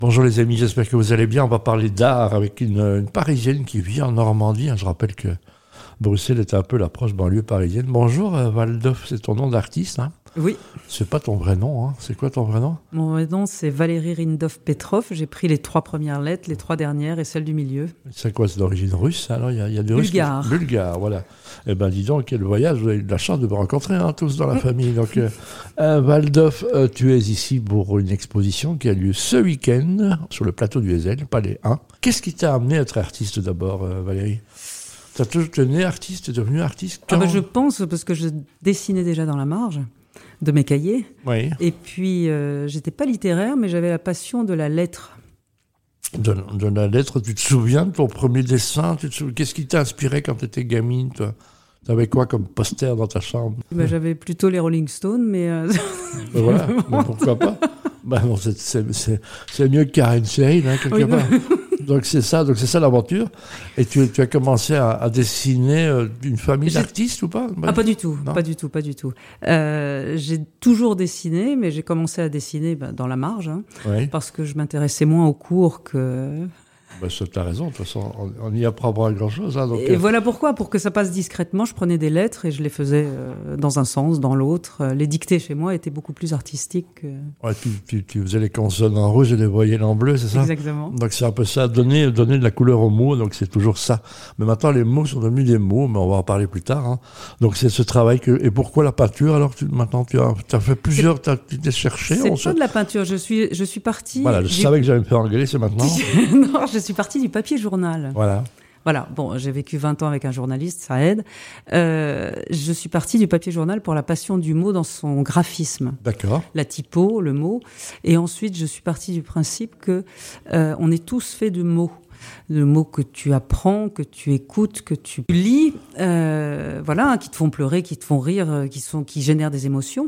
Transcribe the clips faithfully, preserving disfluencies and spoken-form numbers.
Bonjour les amis, j'espère que vous allez bien. On va parler d'art avec une, une Parisienne qui vit en Normandie. Je rappelle que Bruxelles est un peu la proche banlieue parisienne. Bonjour euh, Waldorf, c'est ton nom d'artiste, hein? Oui. C'est pas ton vrai nom, hein? C'est quoi ton vrai nom? Mon vrai nom, c'est Valérie Rindov-Petrov. J'ai pris les trois premières lettres, les trois dernières et celle du milieu. C'est quoi? C'est d'origine russe, alors? Il y a, il y a des Bulgare. Russes qui... Bulgare, voilà. Eh bien, dis donc, quel voyage. Vous avez eu de la chance de me rencontrer, hein, tous dans la famille. Donc, euh, euh, Waldorf, euh, tu es ici pour une exposition qui a lieu ce week-end sur le plateau du Heysel, Palais un. Qu'est-ce qui t'a amené à être artiste d'abord, euh, Valérie? T'as toujours été né artiste, t'es devenu artiste quand... ah ben, Je pense, parce que je dessinais déjà dans la marge de mes cahiers. Oui. Et puis, euh, j'étais pas littéraire, mais j'avais la passion de la lettre. De, de la lettre, tu te souviens de ton premier dessin? Tu te souviens... Qu'est-ce qui t'a inspiré quand tu étais gamine, toi? T'avais quoi comme poster dans ta chambre? Ben, j'avais plutôt les Rolling Stones, mais... Euh... Ben voilà, ben pourquoi pas? Ben non, c'est, c'est, c'est, c'est mieux que Karen Cheryl, hein, quelque oui, part. Donc c'est ça, donc c'est ça l'aventure. Et tu, tu as commencé à, à dessiner euh, une famille j'ai... d'artistes ou pas? Ben, ah, pas du tout, non. pas du tout, pas du tout. Euh, j'ai toujours dessiné, mais j'ai commencé à dessiner ben, dans la marge, hein, oui. parce que je m'intéressais moins aux cours que... Ben, tu as raison, de toute façon, on, on y apprend pas grand-chose. Hein, donc, et euh... voilà pourquoi, pour que ça passe discrètement, je prenais des lettres et je les faisais euh, dans un sens, dans l'autre. Les dictées chez moi étaient beaucoup plus artistiques. Que... Ouais, tu, tu, tu faisais les consonnes en rouge et les voyelles en bleu, c'est ça? Exactement. Donc c'est un peu ça, donner, donner de la couleur aux mots, donc c'est toujours ça. Mais maintenant, les mots sont devenus des mots, mais on va en parler plus tard. Hein. Donc c'est ce travail que... Et pourquoi la peinture? Alors tu, maintenant, tu as, tu as fait plusieurs... Tu t'es cherché? C'est on pas se... de la peinture, je suis, je suis partie... Voilà, je du... savais que j'allais me faire engueuler, c'est maintenant. non, je suis partie du papier journal. Voilà. Voilà, bon, j'ai vécu vingt ans avec un journaliste, ça aide. Euh, je suis partie du papier journal pour la passion du mot dans son graphisme. D'accord. La typo, le mot. Et ensuite, je suis partie du principe que euh, on est tous faits de mots. De mots que tu apprends, que tu écoutes, que tu lis, euh, voilà, qui te font pleurer, qui te font rire, qui sont, qui génèrent des émotions.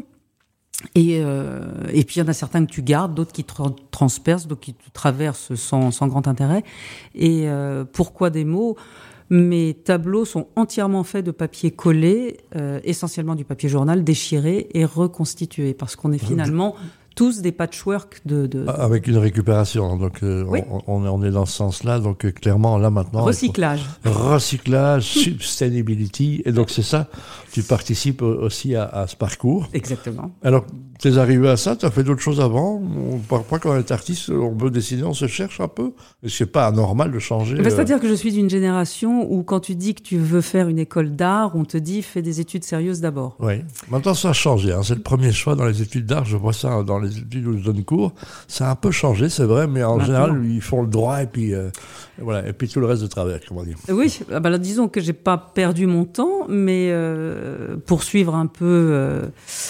Et, euh, et puis il y en a certains que tu gardes, d'autres qui te transpercent, d'autres qui te traversent sans, sans grand intérêt. Et euh, pourquoi des mots? Mes tableaux sont entièrement faits de papier collé, euh, essentiellement du papier journal, déchiré et reconstitué, parce qu'on est finalement tous des patchwork de... de... Avec une récupération, donc euh, oui. on, on est dans ce sens-là, donc euh, clairement là maintenant... Recyclage. Recyclage, sustainability, et donc c'est ça, tu participes aussi à, à ce parcours. Exactement. Alors, tu es arrivé à ça, tu as fait d'autres choses avant? Parfois quand on est artiste, on veut dessiner, on se cherche un peu? C'est pas anormal de changer? Ben, c'est-à-dire que je suis d'une génération où quand tu dis que tu veux faire une école d'art, on te dit fais des études sérieuses d'abord. Oui, maintenant ça a changé, hein. C'est le premier choix dans les études d'art, je vois ça dans les études où je donne cours, ça a un peu changé, c'est vrai, mais en Maintenant. général, ils font le droit et puis, euh, voilà, et puis tout le reste de travers, comment dire. Oui, bah là, disons que j'ai pas perdu mon temps, mais euh, pour suivre un peu euh,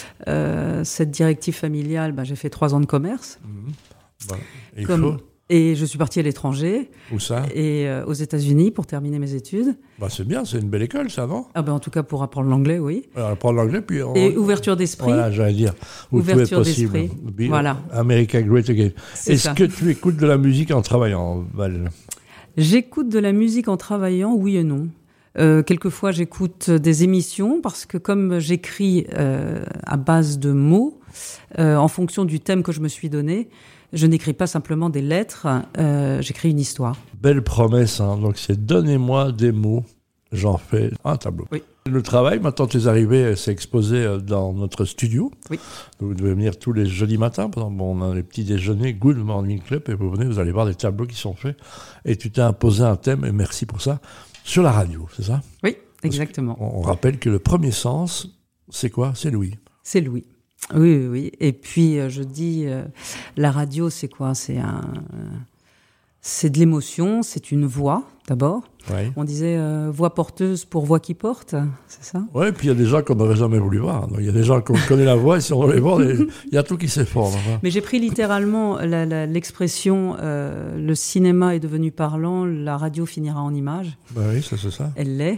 euh, cette directive familiale, bah, j'ai fait trois ans de commerce. Mmh. Voilà. Et, Comme... il faut... et je suis partie à l'étranger. Où ça? Et euh, aux États-Unis pour terminer mes études. Bah, c'est bien, c'est une belle école, ça, non? Ah ben, en tout cas, pour apprendre l'anglais, oui. Alors, apprendre l'anglais, puis... On... Et ouverture d'esprit. Voilà, j'allais dire. Où ouverture tout est possible. d'esprit, voilà. America Great Again. C'est Est-ce ça. que tu écoutes de la musique en travaillant, Val? J'écoute de la musique en travaillant, oui et non. Euh, quelquefois, j'écoute des émissions, parce que comme j'écris euh, à base de mots, euh, en fonction du thème que je me suis donné, je n'écris pas simplement des lettres, euh, j'écris une histoire. Belle promesse, hein. Donc c'est donnez-moi des mots, j'en fais un tableau. Oui. Le travail, maintenant tu es arrivé, c'est exposé dans notre studio. Oui. Vous devez venir tous les jeudis matins. Par exemple, on a les petits déjeuners Good Morning Club et vous venez, vous allez voir des tableaux qui sont faits. Et tu t'es imposé un thème, et merci pour ça, sur la radio, c'est ça? Oui, exactement. On rappelle que le premier sens, c'est quoi? C'est l'ouïe. C'est l'ouïe. Oui, oui, oui. Et puis, euh, je dis, euh, la radio, c'est quoi? C'est un, euh, c'est de l'émotion, c'est une voix, d'abord. Oui. On disait euh, voix porteuse pour voix qui porte, c'est ça? Oui, puis il y a des gens qu'on n'aurait jamais voulu voir. Il y a des gens qu'on connaît la voix, et si on veut les voir, il y a tout qui s'effondre. Enfin. Mais j'ai pris littéralement la, la, l'expression euh, le cinéma est devenu parlant, la radio finira en image. Ben oui, ça, c'est ça. Elle l'est.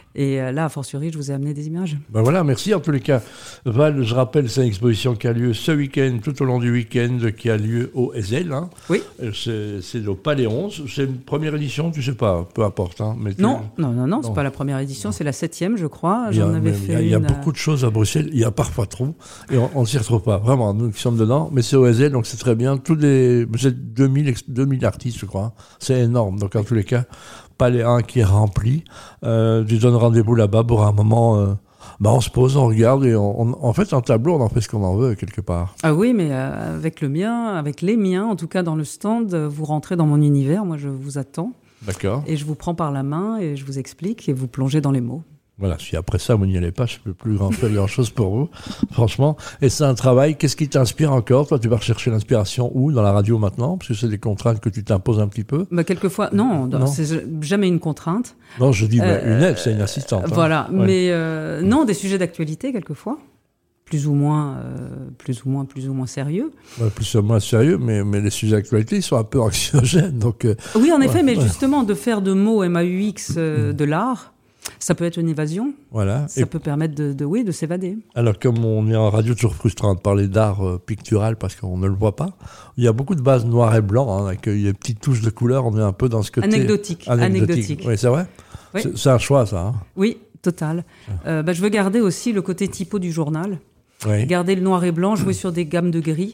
Et euh, là, a fortiori, je vous ai amené des images. Ben voilà, merci en tous les cas. Val, je rappelle, c'est une exposition qui a lieu ce week-end, tout au long du week-end, qui a lieu au Ezel. Hein. Oui. C'est, c'est au Palais onze. C'est une première édition, tu sais pas, peu importe. Hein, mais tu... Non, non, non, non, c'est pas la première édition, non. C'est la septième, je crois. J'en a, avais fait une. Il y a, il y a beaucoup de choses à Bruxelles, il y a parfois trop, et on ne s'y retrouve pas. Vraiment, nous qui sommes dedans, mais c'est au Ezel, donc c'est très bien. Tous les, c'est deux mille, deux mille artistes, je crois. C'est énorme. Donc en tous les cas, Palais un qui est rempli. Euh, tu donnes rendez-vous là-bas pour un moment. Euh, bah on se pose, on regarde et on, on, en fait, un tableau, on en fait ce qu'on en veut quelque part. Ah oui, mais euh, avec le mien, avec les miens, en tout cas dans le stand, vous rentrez dans mon univers. Moi, je vous attends. D'accord. Et je vous prends par la main et je vous explique et vous plongez dans les mots. Voilà, si après ça, vous n'y allez pas, je ne peux plus grand faire grand-chose pour vous, franchement. Et c'est un travail, qu'est-ce qui t'inspire encore? Toi, tu vas rechercher l'inspiration où? Dans la radio maintenant? Parce que c'est des contraintes que tu t'imposes un petit peu. Bah, quelquefois, non, non. C'est jamais une contrainte. Non, je dis, bah, euh, une aide, c'est une assistante. Hein. Voilà, ouais. mais euh, non, des sujets d'actualité, quelquefois. Plus ou moins, euh, plus ou moins, plus ou moins sérieux. Ouais, plus ou moins sérieux, mais, mais les sujets d'actualité, ils sont un peu anxiogènes. Donc, euh, oui, en effet, ouais, mais ouais. justement, de faire de mots M A U X euh, mmh. de l'art, ça peut être une évasion. Voilà. Ça Et peut permettre de, de, oui, de s'évader. Alors, comme on est en radio, toujours frustrant de parler d'art euh, pictural parce qu'on ne le voit pas, il y a beaucoup de bases noires et blancs, hein, avec des petites touches de couleur. On est un peu dans ce côté... Anecdotique. Anecdotique. Anecdotique. Oui, c'est vrai. Oui. C'est, c'est un choix, ça. Hein. Oui, total. Euh, bah, je veux garder aussi le côté typo du journal. Oui. Garder le noir et blanc, jouer sur des gammes de gris.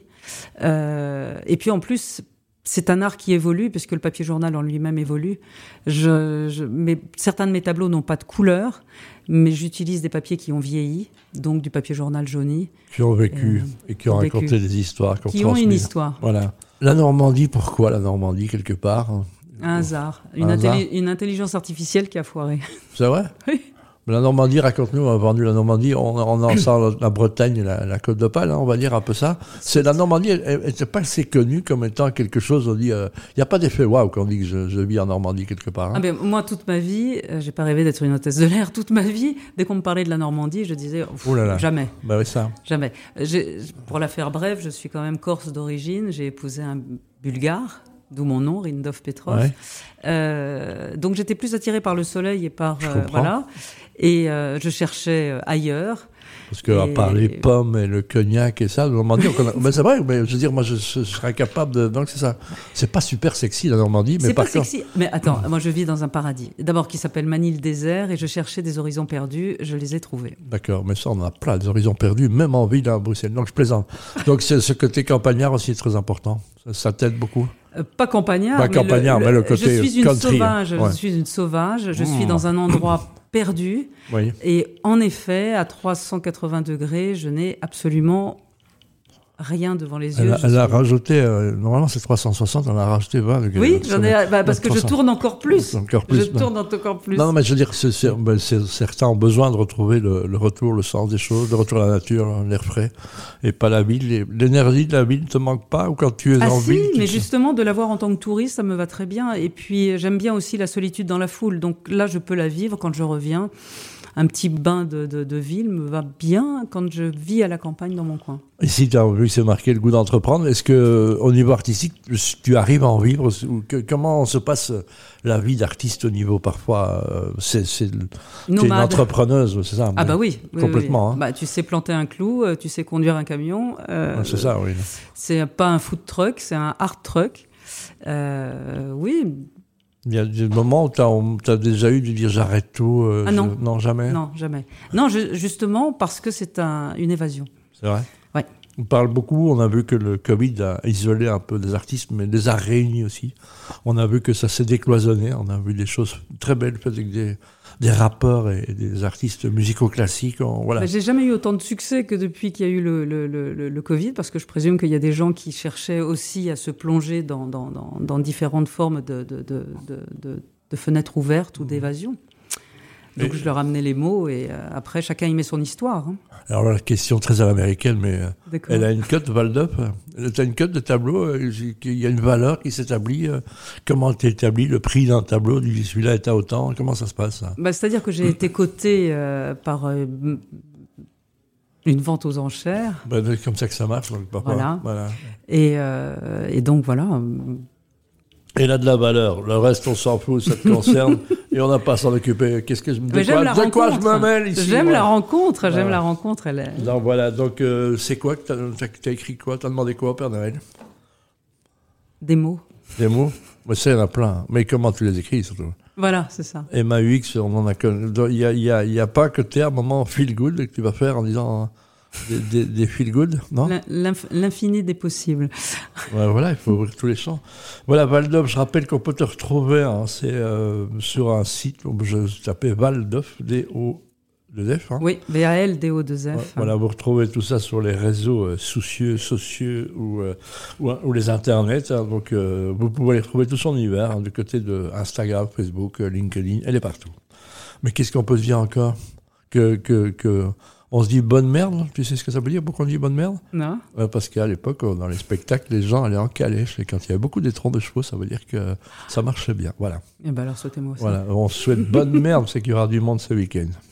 Euh, et puis, en plus... C'est un art qui évolue, puisque le papier journal en lui-même évolue. Je, je, mais certains de mes tableaux n'ont pas de couleur, mais j'utilise des papiers qui ont vieilli, donc du papier journal jauni. Qui ont vécu et, et qui ont raconté vécu. des histoires. Qui, qui ont une histoire. Voilà. La Normandie, pourquoi la Normandie, quelque part? Un hasard. Une, un intelli- hasard. une intelligence artificielle qui a foiré. C'est vrai? Oui. La Normandie, raconte-nous, on a vendu la Normandie, on, on en sort la, la Bretagne et la, la Côte d'Opale, hein, on va dire un peu ça. C'est la Normandie, elle n'était pas assez connue comme étant quelque chose, on dit, il euh, n'y a pas d'effet waouh quand on dit que je, je vis en Normandie quelque part. Hein. Ah ben, moi, toute ma vie, euh, j'ai pas rêvé d'être une hôtesse de l'air, toute ma vie, dès qu'on me parlait de la Normandie, je disais, oh, là là. jamais. Bah oui, ça. Jamais. J'ai, pour la faire brève, je suis quand même corse d'origine, j'ai épousé un Bulgare. D'où mon nom, Rindov Petrov. Ouais. Euh, donc j'étais plus attirée par le soleil et par euh, voilà. Et euh, je cherchais ailleurs. Parce que et... à part les pommes et le cognac et ça, la Normandie, on connaît... mais c'est vrai. Mais je veux dire, moi, je, je serais incapable de. Donc c'est ça. C'est pas super sexy la Normandie, mais c'est par pas contre... sexy. Mais attends, moi je vis dans un paradis. D'abord qui s'appelle Manille-Désert et je cherchais des horizons perdus. Je les ai trouvés. D'accord, mais ça on en a plein des horizons perdus, même en ville à Bruxelles. Donc je plaisante. Donc c'est, ce côté campagnard aussi est très important. Ça, ça t'aide beaucoup. Euh, pas campagnard, pas mais, campagnard le, le, le, mais le côté je suis une country. sauvage. Ouais. Je suis une sauvage. Je mmh. suis dans un endroit perdu. Oui. Et en effet, à trois cent quatre-vingts degrés, je n'ai absolument rien devant les yeux. Elle a, elle a rajouté, euh, normalement c'est trois cent soixante, elle a rajouté vingt degrés. Oui, j'en ai, bah, parce que je tourne encore plus. Encore plus je non. tourne encore plus. Non, mais je veux dire, c'est, c'est, ben, c'est, certains ont besoin de retrouver le, le retour, le sens des choses, le retour à la nature, l'air frais, et pas la ville. L'énergie de la ville ne te manque pas, ou quand tu es ah en si, ville? mais justement, de l'avoir en tant que touriste, ça me va très bien. Et puis, j'aime bien aussi la solitude dans la foule. Donc là, je peux la vivre quand je reviens. Un petit bain de, de, de ville me va bien quand je vis à la campagne dans mon coin. Ici, tu as vu que c'est marqué le goût d'entreprendre. Est-ce que, au niveau artistique, tu arrives à en vivre? Ou que, comment se passe la vie d'artiste au niveau parfois euh, c'est, c'est, c'est une entrepreneuse, c'est ça? Ah bah oui, complètement. Oui, oui. Hein. Bah, tu sais planter un clou, tu sais conduire un camion. Euh, ouais, c'est ça, oui. C'est pas un food truck, c'est un art truck. Euh, oui. Il y a des moments où tu as déjà eu de dire j'arrête tout euh, ah non. Je... non, jamais. Non, jamais. Non, je, justement parce que c'est un, une évasion. C'est vrai. Oui. On parle beaucoup, on a vu que le Covid a isolé un peu des artistes, mais les a réunis aussi. On a vu que ça s'est décloisonné, on a vu des choses très belles faites avec des, des rappeurs et des artistes musicaux classiques. On, voilà. Bah, j'ai jamais eu autant de succès que depuis qu'il y a eu le, le, le, le Covid, parce que je présume qu'il y a des gens qui cherchaient aussi à se plonger dans, dans, dans, dans différentes formes de, de, de, de, de, de fenêtres ouvertes ou d'évasion. Donc et je leur amenais les mots et euh, après chacun y met son histoire. Hein. Alors la question très à l'américaine, mais euh, elle a une cote Waldorf. Elle a une cote de tableau. Euh, il y a une valeur qui s'établit. Euh, comment tu établis le prix d'un tableau? Celui-là est à autant. Comment ça se passe ça? Bah, c'est-à-dire que j'ai été cotée euh, par euh, une vente aux enchères. Bah, c'est comme ça que ça marche. Donc, voilà. voilà. Et, euh, et donc voilà. Elle a de la valeur. Le reste, on s'en fout, ça te concerne. Et on n'a pas à s'en occuper. Qu'est-ce que je me Mais j'aime la de quoi je rencontre. me mêle ici? J'aime ouais. la rencontre, j'aime Voilà. la rencontre. Elle est... Donc voilà, donc euh, c'est quoi que t'as, t'as, t'as écrit quoi? T'as demandé quoi au Père Noël? Des mots. Des mots? Mais ça, il y en a plein. Mais comment tu les écris surtout? Voilà, c'est ça. M A U X, on en a connu. Il n'y a, y a, y a pas que tu un moment feel good que tu vas faire en disant euh, des, des, des feel good, non? L'inf- L'infini des possibles. Ouais, voilà, il faut ouvrir tous les champs. Voilà, Valdoff, je rappelle qu'on peut te retrouver, hein, c'est euh, sur un site, où je tapais Valdoff, D O deux F. Hein. Oui, V A L D O deux F. Ouais, voilà, vous retrouvez tout ça sur les réseaux euh, soucieux, sociaux ou, euh, ou, ou les internets. Hein, donc, euh, vous pouvez les retrouver tout son univers, hein, du côté de Instagram, Facebook, euh, LinkedIn, elle est partout. Mais qu'est-ce qu'on peut se dire encore que, que, que on se dit bonne merde, tu sais ce que ça veut dire, pourquoi on dit bonne merde? Non. Ouais, parce qu'à l'époque, dans les spectacles, les gens allaient en calèche, et quand il y avait beaucoup d'étrons de chevaux, ça veut dire que ça marchait bien. Voilà. Et ben alors, souhaitez-moi aussi. Voilà. On souhaite bonne merde, c'est qu'il y aura du monde ce week-end.